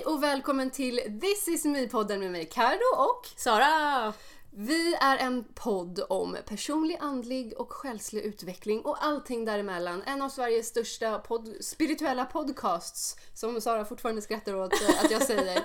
och välkommen till This is me-podden med mig, Cardo och Sara! Vi är en podd om personlig, andlig och själslig utveckling och allting däremellan. En av Sveriges största spirituella podcasts, som Sara fortfarande skrattar åt att jag säger.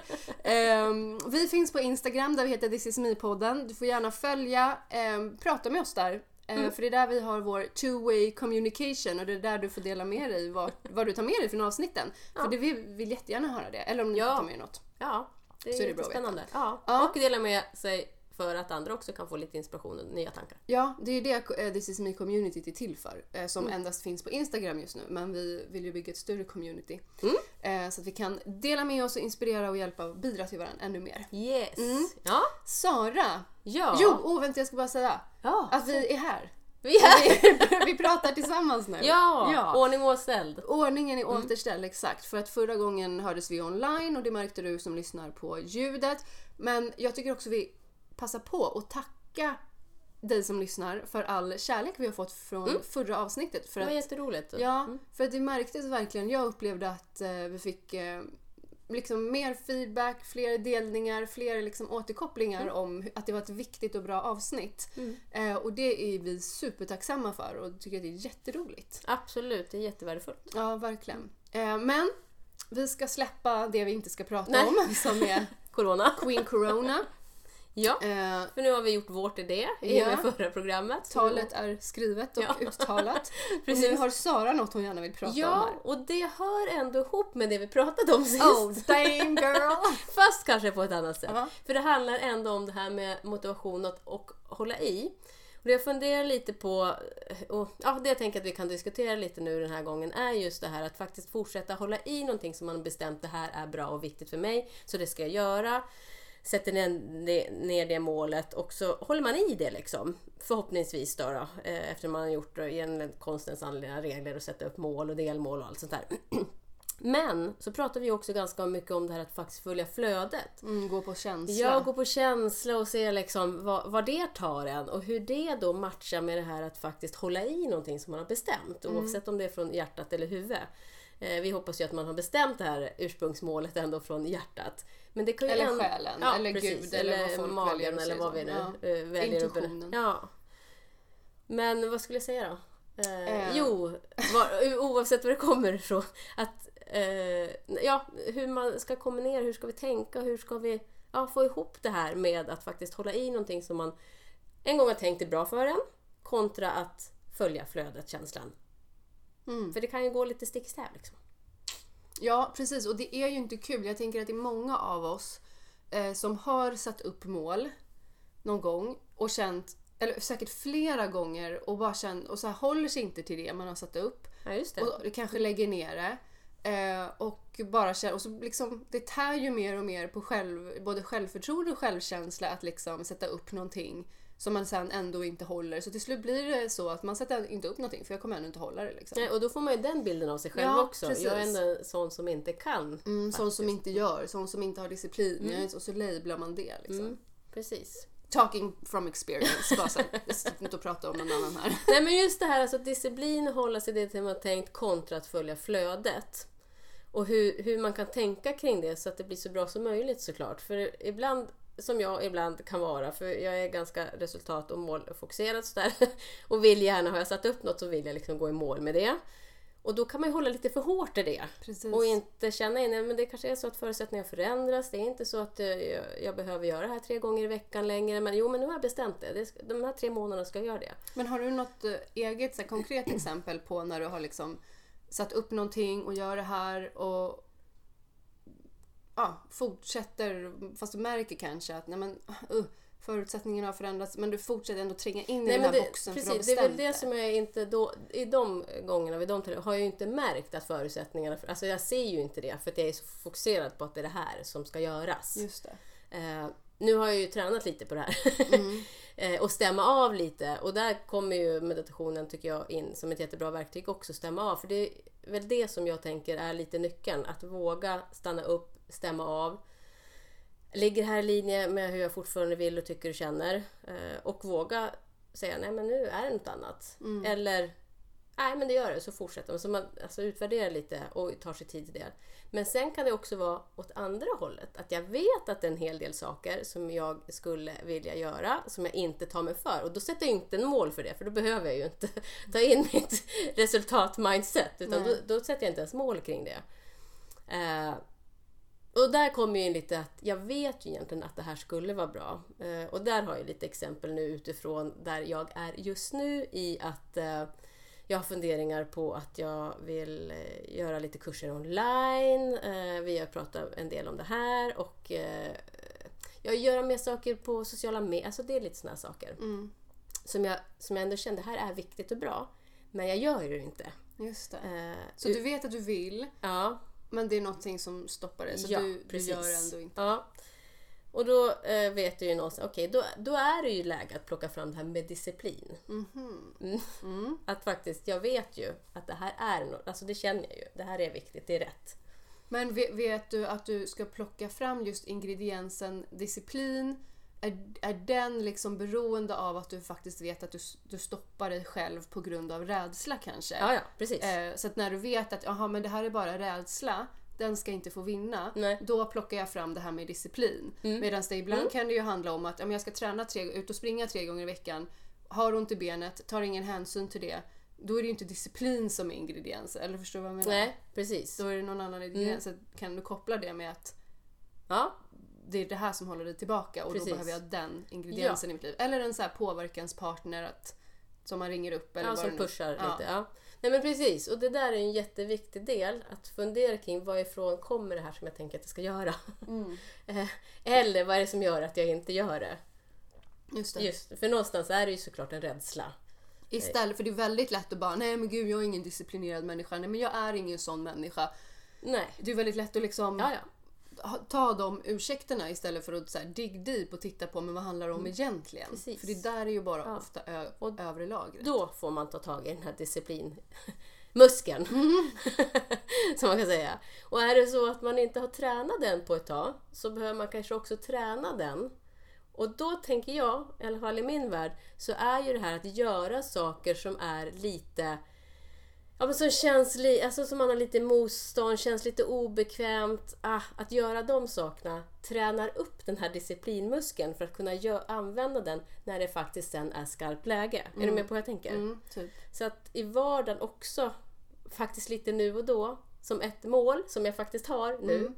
Vi finns på Instagram där vi heter This is me-podden. Du får gärna följa, prata med oss där. För det är där vi har vår two-way communication och det är där du får dela med dig vad du tar med dig från avsnitten. Ja. För det vi vill jättegärna höra det. Eller om du tar med något. Ja, det är jättespännande. Ja. Och dela med sig för att andra också kan få lite inspiration och nya tankar. Ja, det är det This is me community är till för. Som endast finns på Instagram just nu. Men vi vill ju bygga ett större community. Så att vi kan dela med oss och inspirera och hjälpa och bidra till varandra ännu mer. Yes. Ja. Sara. Ja. Jo, vänta jag ska bara säga. Ja. Att vi är här. Vi pratar tillsammans nu. Ja. Ordning och återställd. Ordningen är återställd, exakt. För att förra gången hördes vi online och det märkte du som lyssnar på ljudet. Men jag tycker också vi passar på att tacka dig som lyssnar för all kärlek vi har fått från förra avsnittet. För det var att, jätteroligt. Ja, för att det märktes verkligen. Jag upplevde att vi fick liksom mer feedback, fler delningar, fler liksom återkopplingar om att det var ett viktigt och bra avsnitt. Och det är vi supertacksamma för och tycker att det är jätteroligt. Absolut, det är jättevärdefullt. Ja, verkligen. Men vi ska släppa det vi inte ska prata om, som är Queen Corona. Ja, för nu har vi gjort vårt idé i med förra programmet. Talet är skrivet och uttalat. Precis. Och nu har Sara något hon gärna vill prata om här. Ja, och det hör ändå ihop med det vi pratade om sist. Oh, damn girl! Fast kanske på ett annat sätt. För det handlar ändå om det här med motivation och hålla i. Och det jag funderar lite på, och det jag tänker att vi kan diskutera lite nu den här gången, är just det här att faktiskt fortsätta hålla i någonting som man har bestämt, det här är bra och viktigt för mig, så det ska jag göra. Sätter ner det målet och så håller man i det liksom. Förhoppningsvis då efter man har gjort det genom konstens anledningar regler och sätta upp mål och delmål och allt sånt där. Men så pratar vi också ganska mycket om det här att faktiskt följa flödet. Gå på känsla. Ja, gå på känsla och se liksom vad det tar en och hur det då matchar med det här att faktiskt hålla i någonting som man har bestämt. Oavsett om det är från hjärtat eller huvudet. Vi hoppas ju att man har bestämt det här ursprungsmålet ändå från hjärtat. Men det kan ju eller själen, eller precis, Gud, eller vad folk magen, eller vad vi nu väljer. Intuitionen. Ja. Men vad skulle jag säga då? Oavsett var det kommer ifrån. Att, hur man ska kombinera, hur ska vi tänka, hur ska vi få ihop det här med att faktiskt hålla i någonting som man en gång har tänkt är bra för en, kontra att följa flödet, känslan. För det kan ju gå lite stickstäv liksom. Ja, precis. Och det är ju inte kul. Jag tänker att det är många av oss som har satt upp mål någon gång och känt, eller säkert flera gånger, och bara känt, och så här håller sig inte till det man har satt upp. Ja, just det. Och kanske lägger ner det. Och bara känner, och så liksom, det tär ju mer och mer på både självförtroende och självkänsla att liksom sätta upp någonting som man sen ändå inte håller. Så till slut blir det så att man sätter inte upp någonting, för jag kommer ändå inte hålla det. Liksom. Nej, och då får man ju den bilden av sig själv också. Precis. Jag är ändå sån som inte kan. Sån som inte gör, sån som inte har disciplin. Och så lablar man det. Liksom. Precis. Talking from experience. Bara så inte att prata om någon annan här. Nej, men just det här, alltså disciplin och hålla sig det till man har tänkt kontra att följa flödet. Och hur man kan tänka kring det så att det blir så bra som möjligt såklart. För ibland, som jag ibland kan vara, för jag är ganska resultat- och målfokuserad sådär, och vill gärna, har jag satt upp något så vill jag liksom gå i mål med det. Och då kan man ju hålla lite för hårt i det. Precis. Och inte känna in, men det kanske är så att förutsättningar förändras. Det är inte så att jag behöver göra det här 3 gånger i veckan längre. Men nu har jag bestämt det. De här 3 månaderna ska jag göra det. Men har du något eget så här, konkret exempel på när du har liksom satt upp någonting och gör det här och fortsätter, fast du märker kanske att förutsättningarna har förändrats, men du fortsätter ändå tränga in i den här boxen. Precis, för att det är väl det som jag inte då, i de gångerna har jag ju inte märkt att förutsättningarna, alltså jag ser ju inte det, för att jag är så fokuserad på att det är det här som ska göras. Just det. Nu har jag ju tränat lite på det här och stämma av lite, och där kommer ju meditationen, tycker jag, in som ett jättebra verktyg också, stämma av, för det är väl det som jag tänker är lite nyckeln, att våga stanna upp, stämma av. Ligger här i linje med hur jag fortfarande vill och tycker och känner. Och våga säga, nej men nu är det något annat. Eller, nej men det gör det, så fortsätter man. Så man alltså, utvärderar lite och tar sig tid till det. Men sen kan det också vara åt andra hållet. Att jag vet att det är en hel del saker som jag skulle vilja göra som jag inte tar mig för. Och då sätter jag inte en mål för det, för då behöver jag ju inte ta in mitt resultat-mindset. Utan då sätter jag inte ens mål kring det. Och där kommer ju in lite att jag vet ju egentligen att det här skulle vara bra. Och där har jag lite exempel nu utifrån där jag är just nu i att jag har funderingar på att jag vill göra lite kurser online. Vi har pratat en del om det här och jag gör mer saker på sociala medier. Alltså det är lite såna saker som jag ändå kände, här är viktigt och bra. Men jag gör det inte. Just det. Så du vet att du vill. Ja. Men det är någonting som stoppar det. Så du gör ändå inte. Ja. Och då vet du ju någonstans, okej, då är det ju läge att plocka fram det här med disciplin. Att faktiskt, jag vet ju att det här är något, alltså det känner jag ju, det här är viktigt, det är rätt. Men vet du att du ska plocka fram just ingrediensen disciplin? Är den liksom beroende av att du faktiskt vet att du stoppar dig själv på grund av rädsla kanske? Ja, precis. Så att när du vet att men det här är bara rädsla, den ska inte få vinna. Nej. Då plockar jag fram det här med disciplin. Medan det ibland kan det ju handla om att jag ska träna ut och springa 3 gånger i veckan. Har ont i benet, tar ingen hänsyn till det. Då är det ju inte disciplin som är ingrediens. Eller förstår du vad jag menar? Nej, precis. Då är det någon annan ingrediens. Så kan du koppla det med att det är det här som håller dig tillbaka. Och då behöver jag den ingrediensen i mitt liv. Eller en så här påverkanspartner som man ringer upp. Eller som pushar lite. Ja. Nej men precis, och det där är en jätteviktig del, att fundera kring varifrån kommer det här som jag tänker att jag ska göra. Eller vad är det som gör att jag inte gör det. Just det. För någonstans är det ju såklart en rädsla. Istället för det är väldigt lätt att bara, nej men gud, jag är ingen disciplinerad människa, nej men jag är ingen sån människa. Nej. Det är väldigt lätt att liksom ta de ursäkterna istället för att så här, dig deep och titta på men vad handlar det om egentligen. Precis. För det där är ju bara ofta övre lagret. Då får man ta tag i den här disciplinmuskeln. Som man kan säga. Och är det så att man inte har tränat den på ett tag, så behöver man kanske också träna den. Och då tänker jag, i alla fall i min värld, så är ju det här att göra saker som är lite, men som känns alltså som man har lite motstånd, känns lite obekvämt, att göra de sakerna tränar upp den här disciplinmuskeln för att kunna använda den när det faktiskt sen är skarpt läge. Är du med på vad jag tänker? Typ. Så att i vardagen också faktiskt lite nu och då som ett mål som jag faktiskt har nu.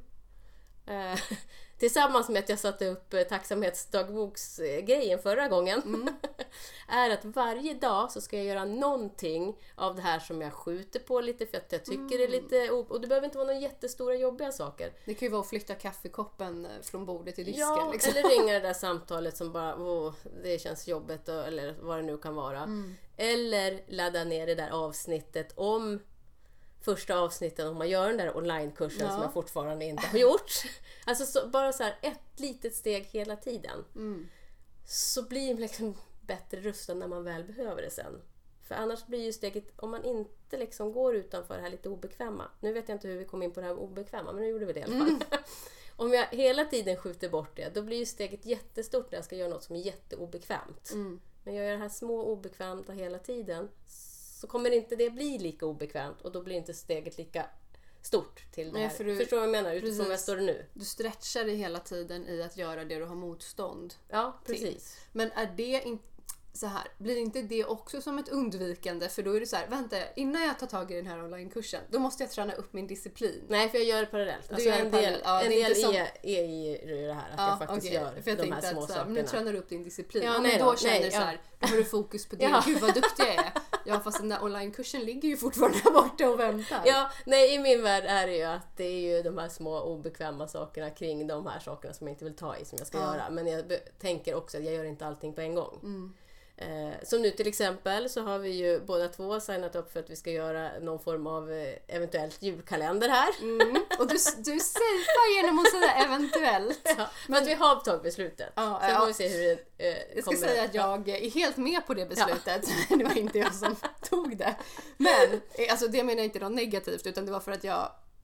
Tillsammans med att jag satte upp tacksamhetsdagboksgrejen förra gången är att varje dag så ska jag göra någonting av det här som jag skjuter på lite för att jag tycker det är lite, och det behöver inte vara några jättestora jobbiga saker. Det kan ju vara att flytta kaffekoppen från bordet till disken. Ja, liksom. eller ringa det där samtalet som bara det känns jobbigt eller vad det nu kan vara. Eller ladda ner det där avsnittet om första avsnittet om man gör den där onlinekursen som jag fortfarande inte har gjort. Alltså bara så här ett litet steg hela tiden. Så blir man liksom bättre rustad när man väl behöver det sen. För annars blir ju steget, om man inte liksom går utanför det här lite obekväma. Nu vet jag inte hur vi kom in på det här obekväma, men nu gjorde vi det i alla fall. Om jag hela tiden skjuter bort det, då blir ju steget jättestort när jag ska göra något som är jätteobekvämt. Men jag gör det här små obekvämta hela tiden, så kommer inte det bli lika obekvämt och då blir inte steget lika stort till det här. Förstår du vad jag menar? Utifrån vad jag står nu. Du stretchar dig hela tiden i att göra det du har motstånd. Ja, precis. Till. Men är det inte så här, blir inte det också som ett undvikande? För då är det så här, vänta, innan jag tar tag i den här onlinekursen, då måste jag träna upp min disciplin. Nej, för jag gör det parallellt. Alltså en del är i det här att jag faktiskt gör för jag de här små sakerna. Nu tränar du upp din disciplin. Men då känner du så här, då har du fokus på det. Gud vad duktig jag är. Ja, fast den där onlinekursen ligger ju fortfarande där borta och väntar. Ja, nej, i min värld är det ju att det är ju de här små obekväma sakerna kring de här sakerna som jag inte vill ta i som jag ska göra. Men jag tänker också att jag gör inte allting på en gång. Som nu till exempel så har vi ju båda två signat upp för att vi ska göra någon form av eventuellt julkalender här. Och du safear genom att säga eventuellt. Men att vi har tagit beslutet. Sen får vi se hur det kommer. Jag ska säga att jag är helt med på det beslutet. Det var inte jag som tog det. Men alltså, det menar jag inte något negativt, utan det var för att jag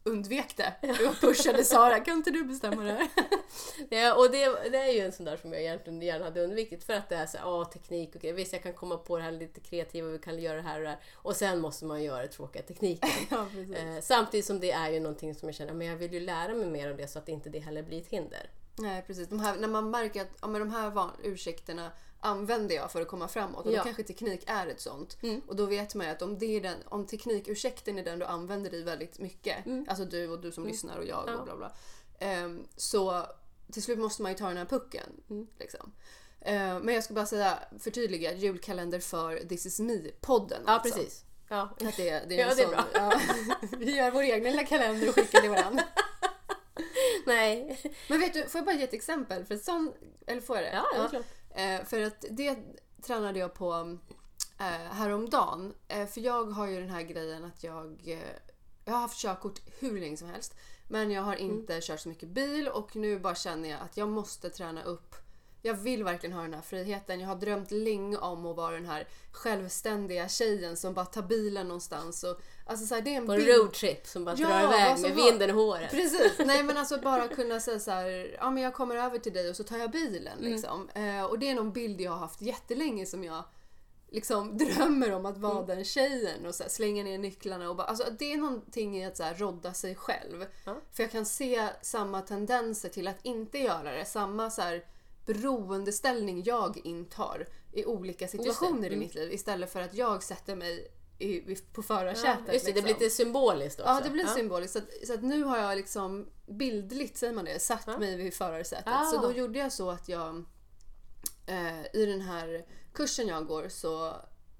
undvek det. Jag pushade Sara, kan inte du bestämma det här? Ja, och det är ju en sån där som jag egentligen gärna hade undvikit, för att det är så teknik och visst, jag kan komma på det här lite kreativa, vi kan göra det här och det här, och sen måste man göra tråkiga tekniken. Ja, samtidigt som det är ju någonting som jag känner, men jag vill ju lära mig mer av det så att inte det heller blir ett hinder. Nej, precis. När man märker att men de här ursäkterna använder jag för att komma framåt, och då kanske teknik är ett sånt. Och då vet man ju att om teknikursäkten är den du använder i väldigt mycket, alltså du som lyssnar och jag och bla bla, så till slut måste man ju ta den här pucken. Liksom. Men jag ska bara förtydliga, julkalender för This Is Me-podden. Ja, alltså. Precis. Ja. Att det är en sån, bra. Ja. Vi gör vår egen lilla kalender och skickar till varandra. Nej. Men vet du, får jag bara ge ett exempel? Eller får jag det? Ja, det är klart. För att det tränade jag på häromdagen. För jag har ju den här grejen att jag har haft körkort hur länge som helst. Men jag har inte kört så mycket bil, och nu bara känner jag att jag måste träna upp. Jag vill verkligen ha den här friheten. Jag har drömt länge om att vara den här självständiga tjejen som bara tar bilen någonstans. Och, alltså, så här, det är en på en roadtrip som bara drar iväg med vinden i håret. Precis. Nej, men alltså bara kunna säga så här, ja men jag kommer över till dig och så tar jag bilen. Liksom. Och det är någon bild jag har haft jättelänge som jag liksom drömmer om att vara den tjejen och så här, slänga ner nycklarna och bara, alltså det är någonting i att så här, rodda sig själv. För jag kan se samma tendenser till att inte göra det, samma så här beroendeställning jag intar i olika situationer i mitt liv, istället för att jag sätter mig på förarsätet. Just det, det blir lite symboliskt också. Ja, det blir symboliskt. Så att nu har jag liksom bildligt, säger man det, satt mig vid förarsätet. Så då gjorde jag så att jag i den här kursen jag går så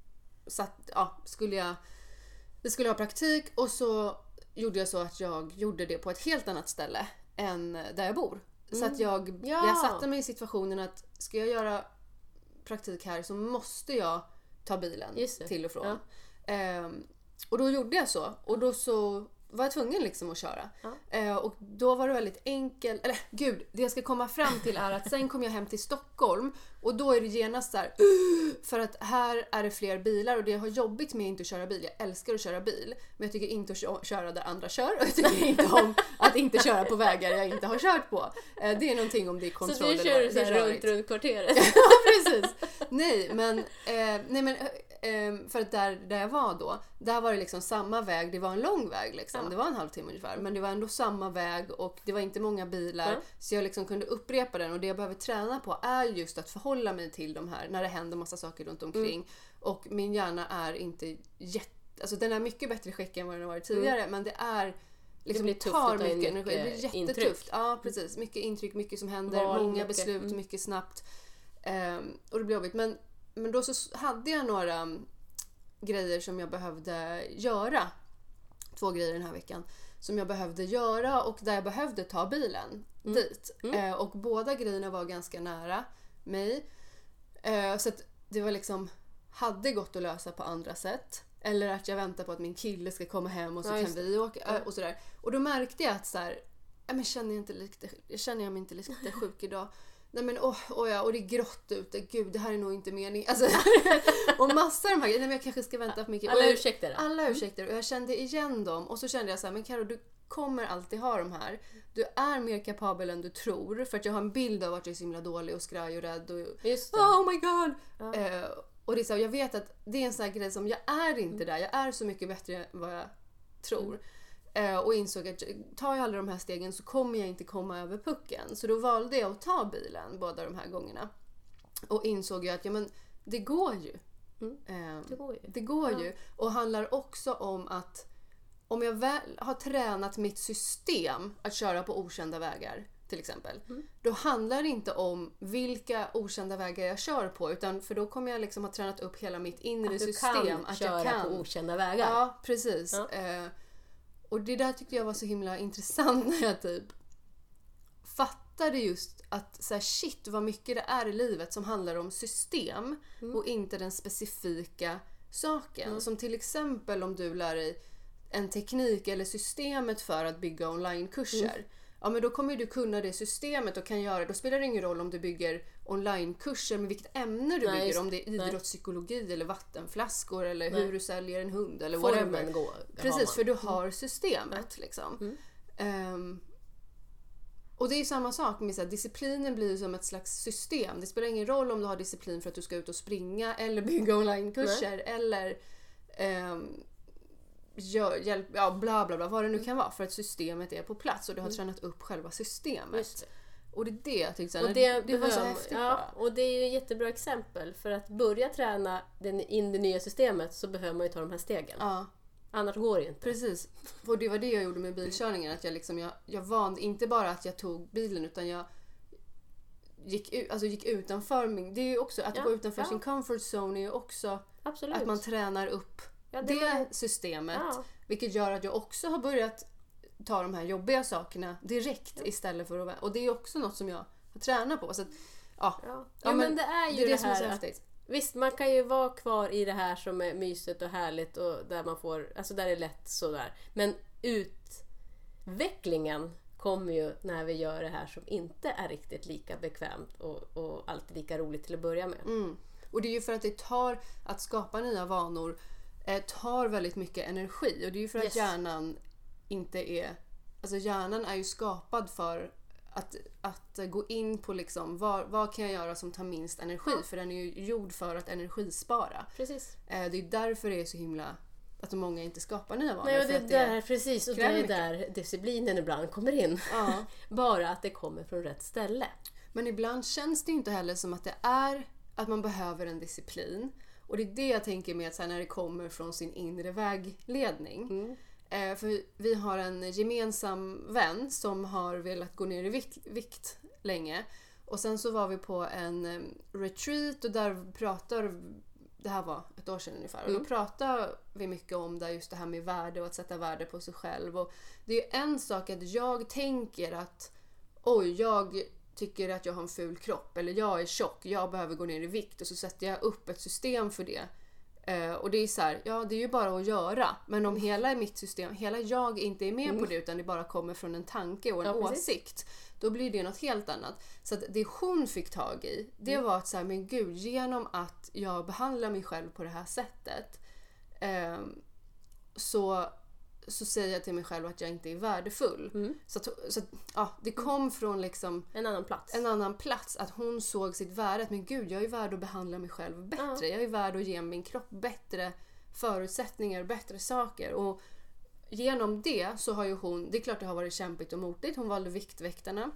vi skulle ha praktik, och så gjorde jag så att jag gjorde det på ett helt annat ställe än där jag bor. Så att jag satte mig i situationen att ska jag göra praktik här så måste jag ta bilen till och från. Och då gjorde jag så. Och då så var jag tvungen liksom att köra. Och då var det väldigt enkelt. Eller gud, det jag ska komma fram till är att sen kom jag hem till Stockholm. Och då är det genast där. För att här är det fler bilar. Och det har jobbigt med inte att köra bil. Jag älskar att köra bil. Men jag tycker inte att köra där andra kör. Och jag tycker inte om att inte köra på vägar jag inte har kört på. Det är någonting om det är kontroll. Så du kör runt kvarteret? Ja, precis. Nej, men för att där jag var då, där var det liksom samma väg, det var en lång väg liksom. Det var en halvtimme ungefär, men det var ändå samma väg och det var inte många bilar, så jag liksom kunde upprepa den, och det jag behöver träna på är just att förhålla mig till de här när det händer massa saker runt omkring. Och min hjärna är inte alltså den är mycket bättre skick än vad den har varit tidigare, men det är liksom, det blir tufft tar att ta in mycket energi, det blir jättetufft. Intryck. Ja, precis. Mycket intryck, mycket som händer, många beslut, mycket snabbt. Och det blir jobbigt, men då så hade jag några grejer som jag behövde göra. 2 grejer den här veckan som jag behövde göra, och där jag behövde ta bilen dit. Och båda grejerna var ganska nära mig. Så att det var liksom, hade gått att lösa på andra sätt. Eller att jag väntar på att min kille ska komma hem och så kan vi åka och sådär. Och då märkte jag att så här, men känner jag mig inte lite sjuk idag? Nej men och det är grått ute. Gud, det här är nog inte mening. Alltså, och massa av de här grejerna. Men jag kanske ska vänta på mycket. Alla ursäkter. Och jag kände igen dem. Och så kände jag så här, men Karo, du kommer alltid ha de här. Du är mer kapabel än du tror. För att jag har en bild av att jag är så himla dålig och skraj och rädd. Och, oh my god! Och det är så, jag vet att det är en sån här grej som jag är inte där. Jag är så mycket bättre än vad jag tror. Och insåg att tar jag alla de här stegen så kommer jag inte komma över pucken. Så då valde jag att ta bilen båda de här gångerna. Och insåg jag att det går ju. Det går ju. Och handlar också om att om jag väl har tränat mitt system att köra på okända vägar till exempel. Då handlar det inte om vilka okända vägar jag kör på, utan för då kommer jag liksom ha tränat upp hela mitt inre system. Att jag kan på okända vägar. Ja, precis. Och det där tyckte jag var så himla intressant när jag typ fattade just att så här, shit vad mycket det är i livet som handlar om system och inte den specifika saken. Som till exempel om du lär dig en teknik eller systemet för att bygga onlinekurser. ja men då kommer du kunna det systemet och kan göra, då spelar det ingen roll om du bygger onlinekurser med vilket ämne du bygger, om det är idrottspsykologi eller vattenflaskor eller hur du säljer en hund eller whatever. Precis, för du har systemet liksom. Och det är samma sak med så här, disciplinen blir som ett slags system. Det spelar ingen roll om du har disciplin för att du ska ut och springa eller bygga onlinekurser eller bla bla bla, vad det nu kan vara, för att systemet är på plats och du har tränat upp själva systemet. Och det är det jag tyckte det var så häftigt. Och det är ju ett jättebra exempel, för att börja träna in det nya systemet så behöver man ju ta de här stegen. Annars går det inte. Precis. Och det var det jag gjorde med bilkörningen, att jag vande inte bara att jag tog bilen, utan jag gick utanför min, det är ju också att gå utanför sin comfort zone är ju också att man tränar upp det systemet, vilket gör att jag också har börjat ta de här jobbiga sakerna direkt istället för att, och det är också något som jag har tränat på, så att, men det är ju det här som är så häftigt. Visst, man kan ju vara kvar i det här som är mysigt och härligt och där man får, alltså där det är lätt sådär. Men utvecklingen kommer ju när vi gör det här som inte är riktigt lika bekvämt och alltid lika roligt till att börja med. Och det är ju för att det tar, att skapa nya vanor tar väldigt mycket energi, och det är ju för att hjärnan inte är, alltså hjärnan är ju skapad för att gå in på liksom, vad kan jag göra som tar minst energi, för den är ju gjord för att energispara. Precis. Det är därför det är så himla att många inte skapar nya vanor. Nej, och det är där, precis, och det är där disciplinen ibland kommer in. Bara att det kommer från rätt ställe. Men ibland känns det inte heller som att det är att man behöver en disciplin. Och det är det jag tänker med att så här, när det kommer från sin inre vägledning. För vi har en gemensam vän som har velat gå ner i vikt länge. Och sen så var vi på en retreat och där det här var ett år sedan ungefär. Och då pratade vi mycket om just det här med värde och att sätta värde på sig själv. Och det är en sak att jag tänker att jag tycker att jag har en ful kropp, eller jag är tjock, jag behöver gå ner i vikt, och så sätter jag upp ett system för det. Och det är så här, det är ju bara att göra. Men om hela mitt system, hela jag inte är med på det, utan det bara kommer från en tanke och en åsikt, då blir det något helt annat. Så att det hon fick tag i, det var att så här, men gud, genom att jag behandlar mig själv på det här sättet, så säger jag till mig själv att jag inte är värdefull. Så det kom från liksom en annan plats, att hon såg sitt värde, att men gud, jag är värd att behandla mig själv bättre. Jag är värd att ge min kropp bättre förutsättningar, bättre saker. Och genom det så har ju hon, det är klart det har varit kämpigt och motigt, hon valde Viktväktarna.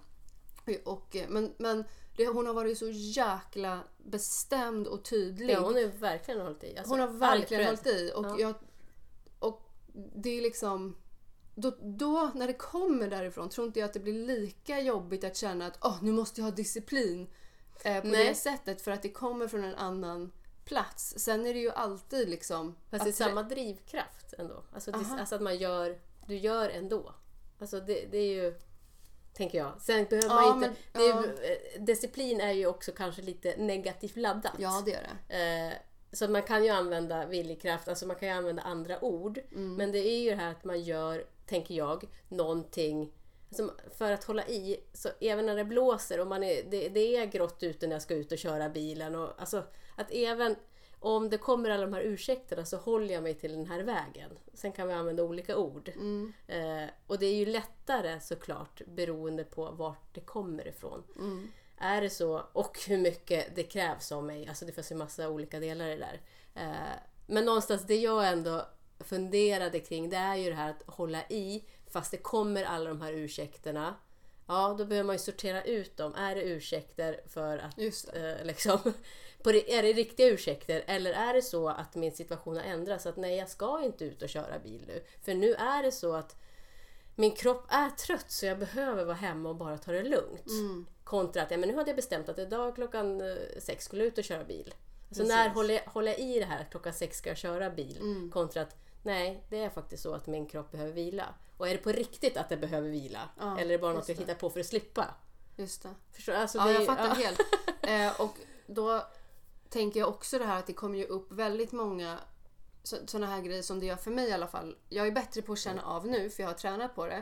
Men hon har varit så jäkla bestämd och tydlig. Ja, hon har verkligen hållit i. Alltså, hon har verkligen hållit i. Och det är liksom då när det kommer därifrån, tror inte jag att det blir lika jobbigt att känna att nu måste jag ha disciplin på det sättet, för att det kommer från en annan plats. Sen är det ju alltid liksom, fast det är samma drivkraft ändå. Alltså att du gör ändå. Alltså det är ju, tänker jag. Sen behöver man inte disciplin är ju också kanske lite negativt laddat. Ja, det är det. Så man kan ju använda viljekraft, alltså man kan ju använda andra ord. Men det är ju det här att man gör, tänker jag, någonting alltså för att hålla i. Så även när det blåser och det är grått ute när jag ska ut och köra bilen. Och, alltså, att även om det kommer alla de här ursäkterna, så håller jag mig till den här vägen. Sen kan vi använda olika ord. Och det är ju lättare såklart beroende på vart det kommer ifrån. Är det så, och hur mycket det krävs av mig. Alltså det finns ju massa olika delar i det där. Men någonstans det jag ändå funderade kring, det är ju det här att hålla i fast det kommer alla de här ursäkterna. Ja, då behöver man ju sortera ut dem. Är det ursäkter för att liksom, är det riktiga ursäkter, eller är det så att min situation har ändrats, att nej, jag ska inte ut och köra bil nu. För nu är det så att min kropp är trött, så jag behöver vara hemma och bara ta det lugnt. Kontra att men nu hade jag bestämt att idag klockan 6 skulle jag ut och köra bil. Alltså när håller jag i det här att klockan 6 ska jag köra bil, kontra att nej, det är faktiskt så att min kropp behöver vila. Och är det på riktigt att det behöver vila? Eller är det bara något jag hittar på för att slippa? Just det. Förstår du? Alltså, jag fattar helt. Och då tänker jag också det här att det kommer ju upp väldigt många sådana här grejer som det gör för mig i alla fall. Jag är bättre på att känna av nu, för jag har tränat på det.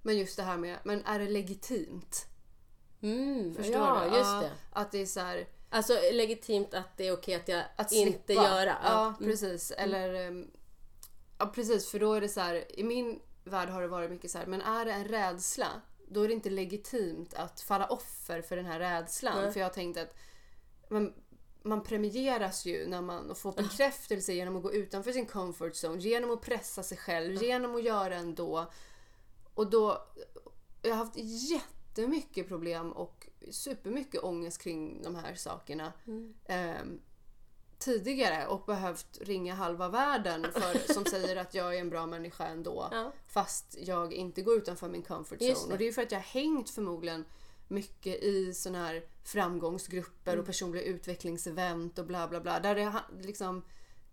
Men just det här med, men är det legitimt? Förstår du? Just det. Att det är så här, alltså legitimt att det är okej att jag att inte göra. Ja, precis. Eller, precis, för då är det så här, i min värld har det varit mycket så här, men är det en rädsla, då är det inte legitimt att falla offer för den här rädslan. För jag har tänkt att man premieras ju när man får bekräftelse genom att gå utanför sin comfort zone, genom att pressa sig själv, genom att göra ändå. Och då, jag har haft jättemycket problem och supermycket ångest kring de här sakerna tidigare och behövt ringa halva världen som säger att jag är en bra människa ändå, fast jag inte går utanför min comfort zone. Och det är ju för att jag har hängt förmodligen mycket i såna här framgångsgrupper och personliga utvecklingsevent och bla bla bla, där det liksom,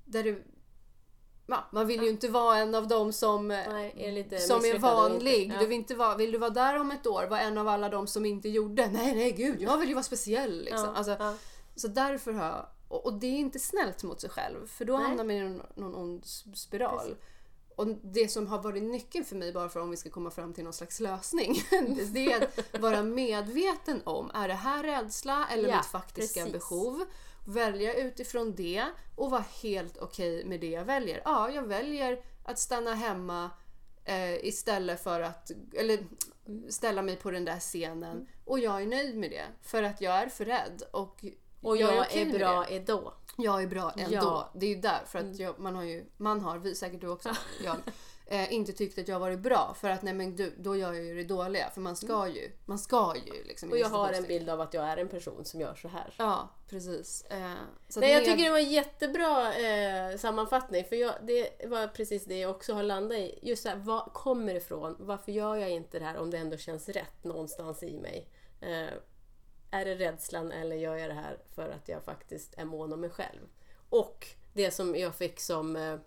man vill ju inte vara en av dem som är vanlig. Du vill du vara där om ett år, vara en av alla dem som inte gjorde. Nej gud, jag vill ju vara speciell liksom. Så därför har jag, och det är inte snällt mot sig själv, för då hamnar man i någon ond spiral. Precis. Och det som har varit nyckeln för mig, bara för om vi ska komma fram till någon slags lösning, det är att vara medveten om, är det här rädsla eller mitt faktiska behov? Välja utifrån det och vara helt okej med det jag väljer. Ja, jag väljer att stanna hemma istället för att, eller ställa mig på den där scenen, och jag är nöjd med det för att jag är för rädd och jag är bra ändå. Jag är bra ändå. Ja. Det är ju därför att man har säkert du också, inte tyckt att jag varit bra, för att då gör jag ju det dåliga, för man ska ju liksom, och jag har en bild av att jag är en person som gör så här. Ja, precis. Så jag tycker det var en jättebra sammanfattning, för det var precis det jag också har landat i. Just så här, vad kommer ifrån? Varför gör jag inte det här om det ändå känns rätt någonstans i mig? Är det rädslan, eller gör jag det här för att jag faktiskt är mån om mig själv? Och det som jag fick som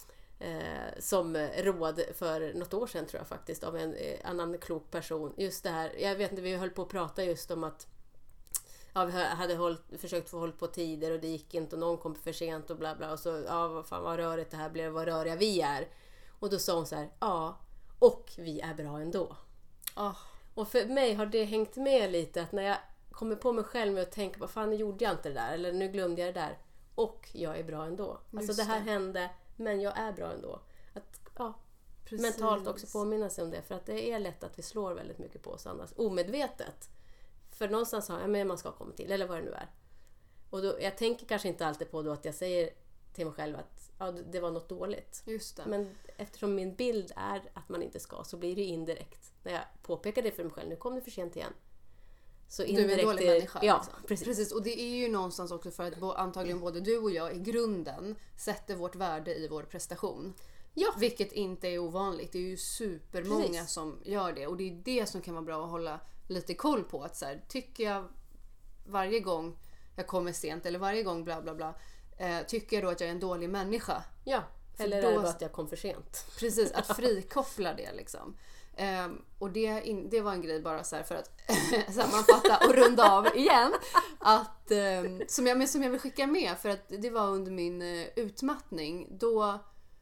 råd för något år sedan, tror jag faktiskt, av en annan klok person. Just det här, jag vet inte, vi höll på att prata just om att vi hade försökt få håll på tider och det gick inte, och någon kom för sent och bla bla, och så, vad rörigt det här blev, vad röriga vi är. Och då sa hon så här, och vi är bra ändå. Och för mig har det hängt med lite, att när jag kommer på mig själv med att tänka på, fan, nu gjorde jag inte det där, eller nu glömde jag det där, och jag är bra ändå. Alltså det här hände, men jag är bra ändå. Att mentalt också påminna sig om det, för att det är lätt att vi slår väldigt mycket på oss annars, omedvetet. För någonstans har jag, man ska komma till, eller vad det nu är. Och då, jag tänker kanske inte alltid på då att jag säger till mig själv att det var något dåligt. Just det. Men eftersom min bild är att man inte ska, så blir det indirekt. När jag påpekar det för mig själv, nu kom det för sent igen. Så indirekt, du är en dålig människa. Ja, liksom. Precis. Och det är ju någonstans också för att antagligen både du och jag i grunden sätter vårt värde i vår prestation. Ja. Vilket inte är ovanligt. Det är ju supermånga som gör det. Och det är det som kan vara bra att hålla lite koll på. Att så här, tycker jag varje gång jag kommer sent, eller varje gång bla bla bla, tycker jag då att jag är en dålig människa? Ja. Eller är det bara att jag kom för sent? Precis, att frikoppla det liksom. Och det var en grej, bara så här för att sammanfatta och runda av igen, att som jag vill skicka med, för att det var under min utmattning, då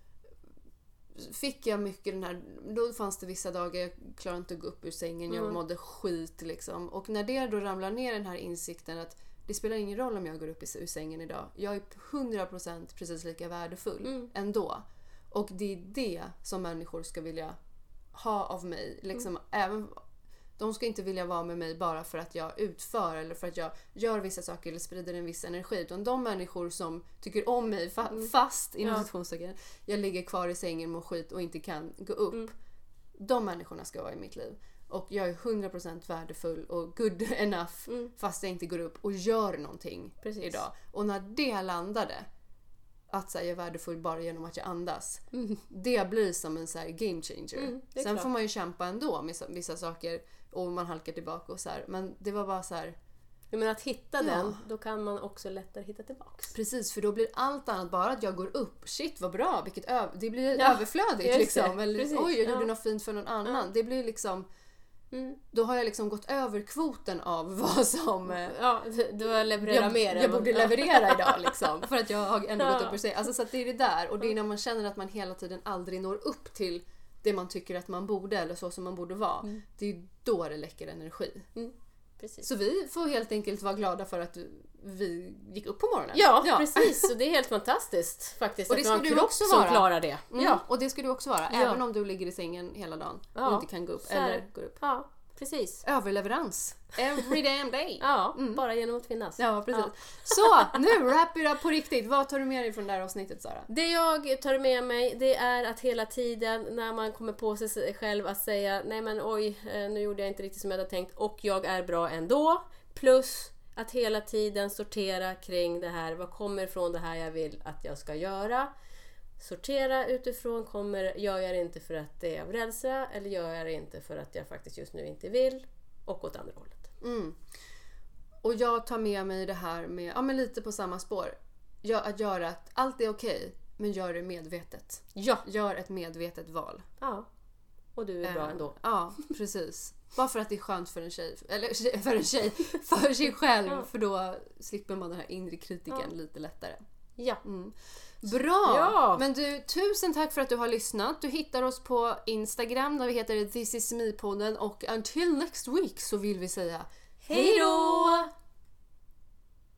fick jag mycket då fanns det vissa dagar jag klarade inte att gå upp ur sängen, jag mådde skit liksom, och när det då ramlar ner den här insikten att det spelar ingen roll om jag går upp ur sängen idag, jag är 100% precis lika värdefull ändå, och det är det som människor ska vilja ha av mig liksom, även de ska inte vilja vara med mig bara för att jag utför eller för att jag gör vissa saker eller sprider en viss energi, utan de människor som tycker om mig fast jag ligger kvar i sängen med skit och inte kan gå upp, de människorna ska vara i mitt liv, och jag är 100% värdefull och good enough fast jag inte går upp och gör någonting idag. Och när det landade, att säga jag är värdefull bara genom att jag andas. Det blir som en så här game changer. Sen klart. Får man ju kämpa ändå med vissa saker och man halkar tillbaka och så här. Men det var bara så här. Men att hitta den, då kan man också lättare hitta tillbaks. Precis, för då blir allt annat bara att jag går upp. Shit, vad bra, det blir överflödigt liksom. Eller oj, jag gjorde något fint för någon annan. Det blir liksom. Då har jag liksom gått över kvoten av vad som du har levererat mer jag borde leverera idag liksom, för att jag har ändå gått upp och säga, alltså, så att det är det där, och det är när man känner att man hela tiden aldrig når upp till det man tycker att man borde eller så som man borde vara. Det är ju då det läcker energi. Precis. Så vi får helt enkelt vara glada för att vi gick upp på morgonen. Ja, precis. Så det är helt fantastiskt faktiskt. Och det att vi har ska en du kropp också som vara. klarar det. Ja, och det ska du också vara. Även om du ligger i sängen hela dagen och inte kan gå upp. Eller går upp. Ja, precis. Överleverans. Every damn day. Ja, bara genom att finnas. Ja, precis. Så, nu wrap it up på riktigt. Vad tar du med dig från det här avsnittet, Sara? Det jag tar med mig, det är att hela tiden när man kommer på sig själv att säga nej men oj, nu gjorde jag inte riktigt som jag hade tänkt och jag är bra ändå. Plus att hela tiden sortera kring det här, vad kommer från det här jag vill att jag ska göra. Sortera utifrån, gör jag det inte för att det är av rädsla eller gör jag det inte för att jag faktiskt just nu inte vill, och åt andra hållet. Och jag tar med mig det här med, men lite på samma spår. Att göra att allt är okej, men gör det medvetet. Ja. Gör ett medvetet val. Ja. Och du är bra ändå. Ja, precis. Bara för att det är skönt för en tjej. Eller för sig själv. För då slipper man den här inre kritiken lite lättare. Ja. Bra! Ja. Men du, tusen tack för att du har lyssnat. Du hittar oss på Instagram där vi heter This is me-podden. Och until next week så vill vi säga hej då!